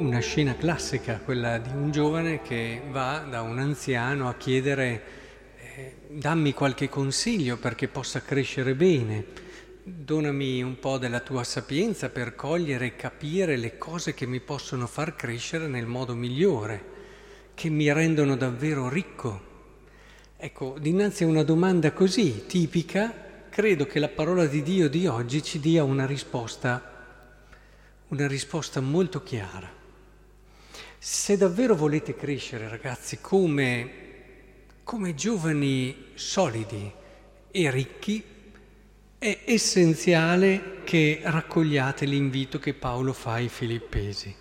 una scena classica, quella di un giovane che va da un anziano a chiedere dammi qualche consiglio perché possa crescere bene, donami un po' della tua sapienza per cogliere e capire le cose che mi possono far crescere nel modo migliore, che mi rendono davvero ricco. Ecco, dinanzi a una domanda così tipica, credo che la parola di Dio di oggi ci dia una risposta molto chiara. Se davvero volete crescere, ragazzi, come giovani solidi e ricchi, è essenziale che raccogliate l'invito che Paolo fa ai Filippesi.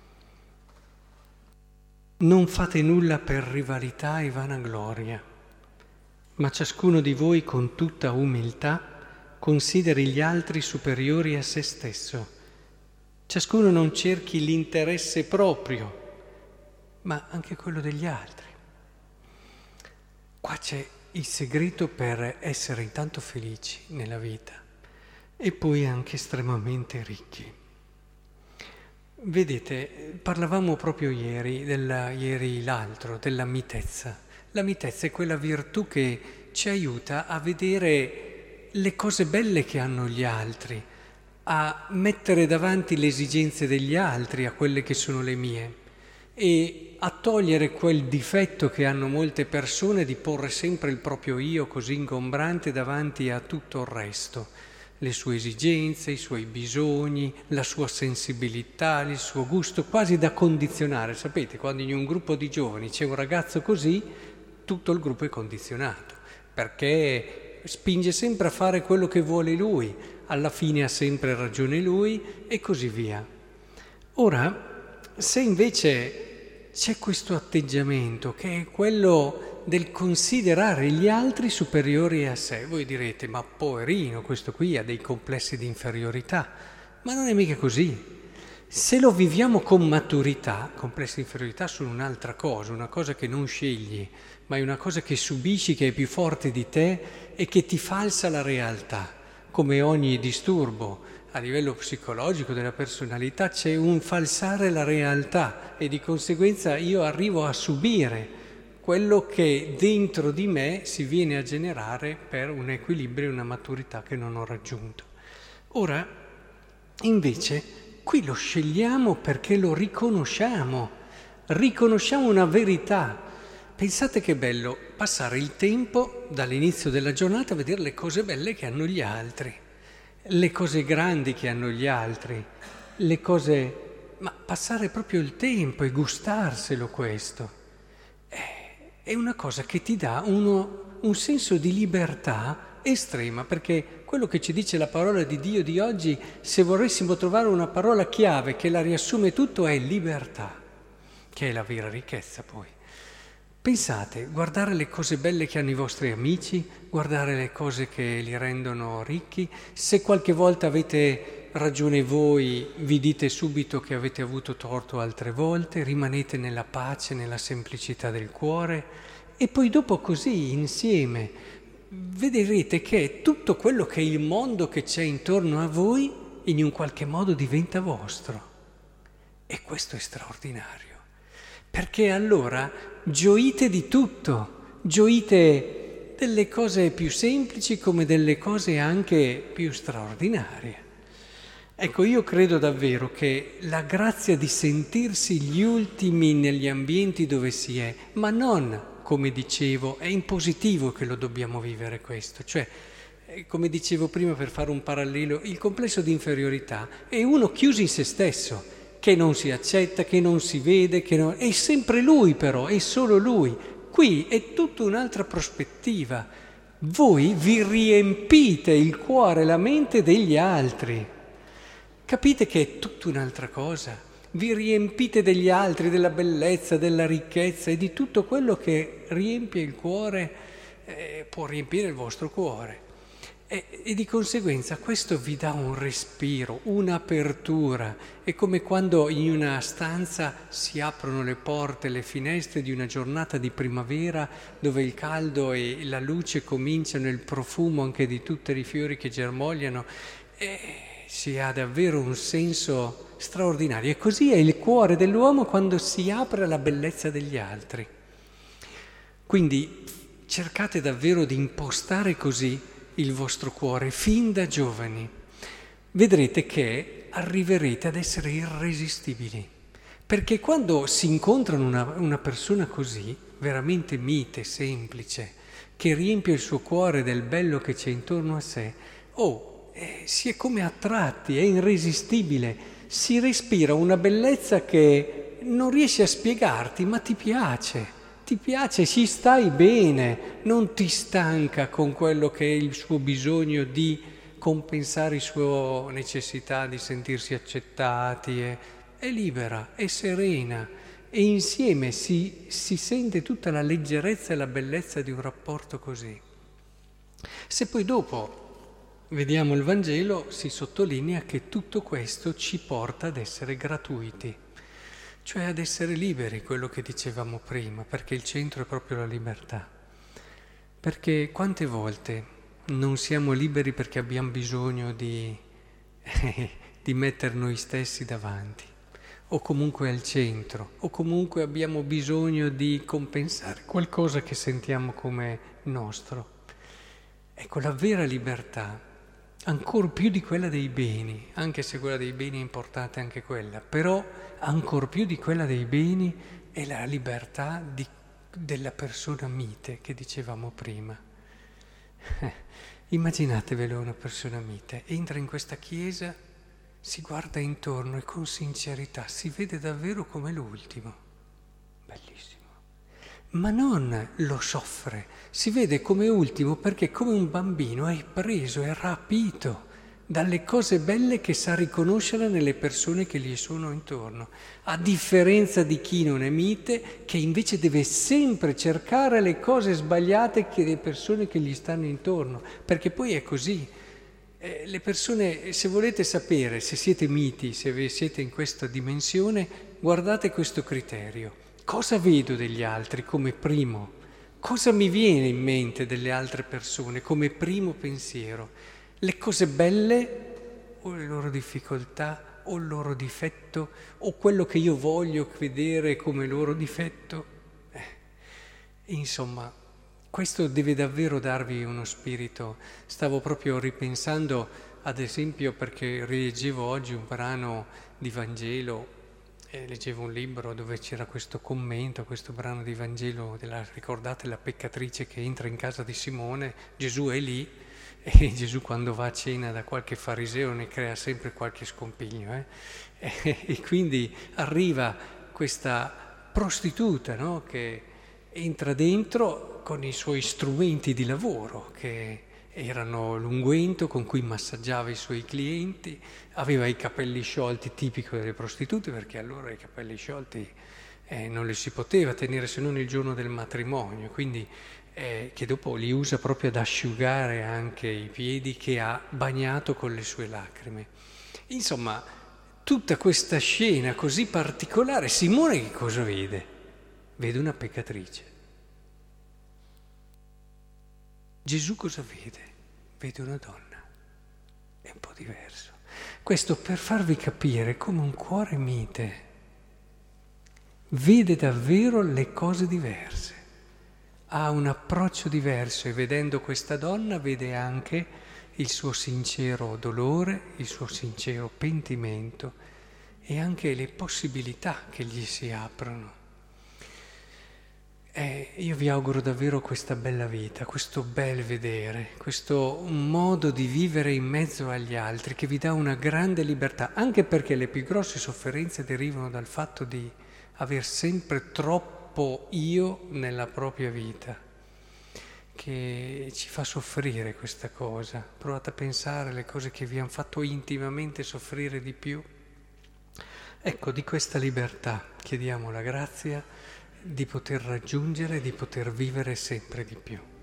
Non fate nulla per rivalità e vanagloria, ma ciascuno di voi con tutta umiltà consideri gli altri superiori a se stesso. Ciascuno non cerchi l'interesse proprio, ma anche quello degli altri. Qua c'è il segreto per essere intanto felici nella vita e poi anche estremamente ricchi. Vedete, parlavamo proprio l'altro, della mitezza. La mitezza è quella virtù che ci aiuta a vedere le cose belle che hanno gli altri, a mettere davanti le esigenze degli altri a quelle che sono le mie e a togliere quel difetto che hanno molte persone di porre sempre il proprio io così ingombrante davanti a tutto il resto, le sue esigenze, i suoi bisogni, la sua sensibilità, il suo gusto, quasi da condizionare. Sapete, quando in un gruppo di giovani c'è un ragazzo così, tutto il gruppo è condizionato, perché spinge sempre a fare quello che vuole lui, alla fine ha sempre ragione lui e così via. Ora, se invece c'è questo atteggiamento che è quello del considerare gli altri superiori a sé, voi direte, ma poverino, questo qui ha dei complessi di inferiorità, ma non è mica così. Se lo viviamo con maturità, complessi di inferiorità sono un'altra cosa, una cosa che non scegli, ma è una cosa che subisci, che è più forte di te e che ti falsa la realtà. Come ogni disturbo a livello psicologico della personalità c'è un falsare la realtà e di conseguenza io arrivo a subire quello che dentro di me si viene a generare per un equilibrio e una maturità che non ho raggiunto. Ora, invece, qui lo scegliamo perché lo riconosciamo una verità. Pensate che bello passare il tempo dall'inizio della giornata a vedere le cose belle che hanno gli altri, le cose grandi che hanno gli altri, ma passare proprio il tempo e gustarselo questo. È una cosa che ti dà un senso di libertà estrema, perché quello che ci dice la parola di Dio di oggi, se volessimo trovare una parola chiave che la riassume tutto, è libertà, che è la vera ricchezza poi. Pensate, guardare le cose belle che hanno i vostri amici, guardare le cose che li rendono ricchi. Se qualche volta avete ragione voi, vi dite subito che avete avuto torto altre volte, rimanete nella pace, nella semplicità del cuore e poi dopo così, insieme, vedrete che tutto quello che è il mondo che c'è intorno a voi in un qualche modo diventa vostro. E questo è straordinario. Perché allora gioite di tutto, gioite delle cose più semplici come delle cose anche più straordinarie. Ecco, io credo davvero che la grazia di sentirsi gli ultimi negli ambienti dove si è, ma non, come dicevo, è in positivo che lo dobbiamo vivere questo, cioè, come dicevo prima per fare un parallelo, il complesso di inferiorità è uno chiuso in se stesso, che non si accetta, che non si vede, è sempre lui però, è solo lui. Qui è tutta un'altra prospettiva. Voi vi riempite il cuore e la mente degli altri. Capite che è tutta un'altra cosa? Vi riempite degli altri, della bellezza, della ricchezza e di tutto quello che riempie il cuore, può riempire il vostro cuore. E di conseguenza questo vi dà un respiro, un'apertura. È come quando in una stanza si aprono le porte, le finestre di una giornata di primavera dove il caldo e la luce cominciano, il profumo anche di tutti i fiori che germogliano. si ha davvero un senso straordinario. E così è il cuore dell'uomo quando si apre alla bellezza degli altri. Quindi cercate davvero di impostare così il vostro cuore fin da giovani. Vedrete che arriverete ad essere irresistibili, perché quando si incontrano una persona così, veramente mite, semplice, che riempie il suo cuore del bello che c'è intorno a sé, si è come attratti, è irresistibile, si respira una bellezza che non riesci a spiegarti, ma ti piace, ci stai bene, non ti stanca con quello che è il suo bisogno di compensare la sua necessità di sentirsi accettati, è libera, è serena e insieme si sente tutta la leggerezza e la bellezza di un rapporto così. Se poi dopo vediamo il Vangelo, si sottolinea che tutto questo ci porta ad essere gratuiti, cioè ad essere liberi, quello che dicevamo prima, perché il centro è proprio la libertà. Perché quante volte non siamo liberi perché abbiamo bisogno di mettere noi stessi davanti, o comunque al centro, o comunque abbiamo bisogno di compensare qualcosa che sentiamo come nostro. Ecco, la vera libertà, ancor più di quella dei beni, anche se quella dei beni è importante anche quella, però ancor più di quella dei beni è la libertà della persona mite che dicevamo prima. Immaginatevelo una persona mite, entra in questa chiesa, si guarda intorno e con sincerità si vede davvero come l'ultimo. Bellissimo. Ma non lo soffre, si vede come ultimo perché come un bambino è preso, è rapito dalle cose belle che sa riconoscere nelle persone che gli sono intorno, a differenza di chi non è mite, che invece deve sempre cercare le cose sbagliate che le persone che gli stanno intorno, perché poi è così. Le persone, se volete sapere se siete miti, se siete in questa dimensione, guardate questo criterio. Cosa vedo degli altri come primo? Cosa mi viene in mente delle altre persone come primo pensiero? Le cose belle o le loro difficoltà o il loro difetto o quello che io voglio vedere come loro difetto? Insomma, questo deve davvero darvi uno spirito. Stavo proprio ripensando, ad esempio, perché rileggevo oggi un brano di Vangelo, leggevo un libro dove c'era questo commento, questo brano di Vangelo, ricordate la peccatrice che entra in casa di Simone, Gesù è lì, e Gesù quando va a cena da qualche fariseo ne crea sempre qualche scompiglio. E quindi arriva questa prostituta, no? Che entra dentro con i suoi strumenti di lavoro, che erano l'unguento con cui massaggiava i suoi clienti, aveva i capelli sciolti, tipico delle prostitute, perché allora i capelli sciolti non li si poteva tenere se non il giorno del matrimonio, quindi che dopo li usa proprio ad asciugare anche i piedi che ha bagnato con le sue lacrime. Insomma, tutta questa scena così particolare, Simone che cosa vede? Vede una peccatrice. Gesù cosa vede? Vede una donna. È un po' diverso. Questo per farvi capire come un cuore mite vede davvero le cose diverse. Ha un approccio diverso e vedendo questa donna vede anche il suo sincero dolore, il suo sincero pentimento e anche le possibilità che gli si aprono. Io vi auguro davvero questa bella vita, questo bel vedere, questo modo di vivere in mezzo agli altri che vi dà una grande libertà, anche perché le più grosse sofferenze derivano dal fatto di aver sempre troppo io nella propria vita, che ci fa soffrire questa cosa. Provate a pensare alle cose che vi hanno fatto intimamente soffrire di più. Ecco, di questa libertà chiediamo la grazia di poter raggiungere, di poter vivere sempre di più.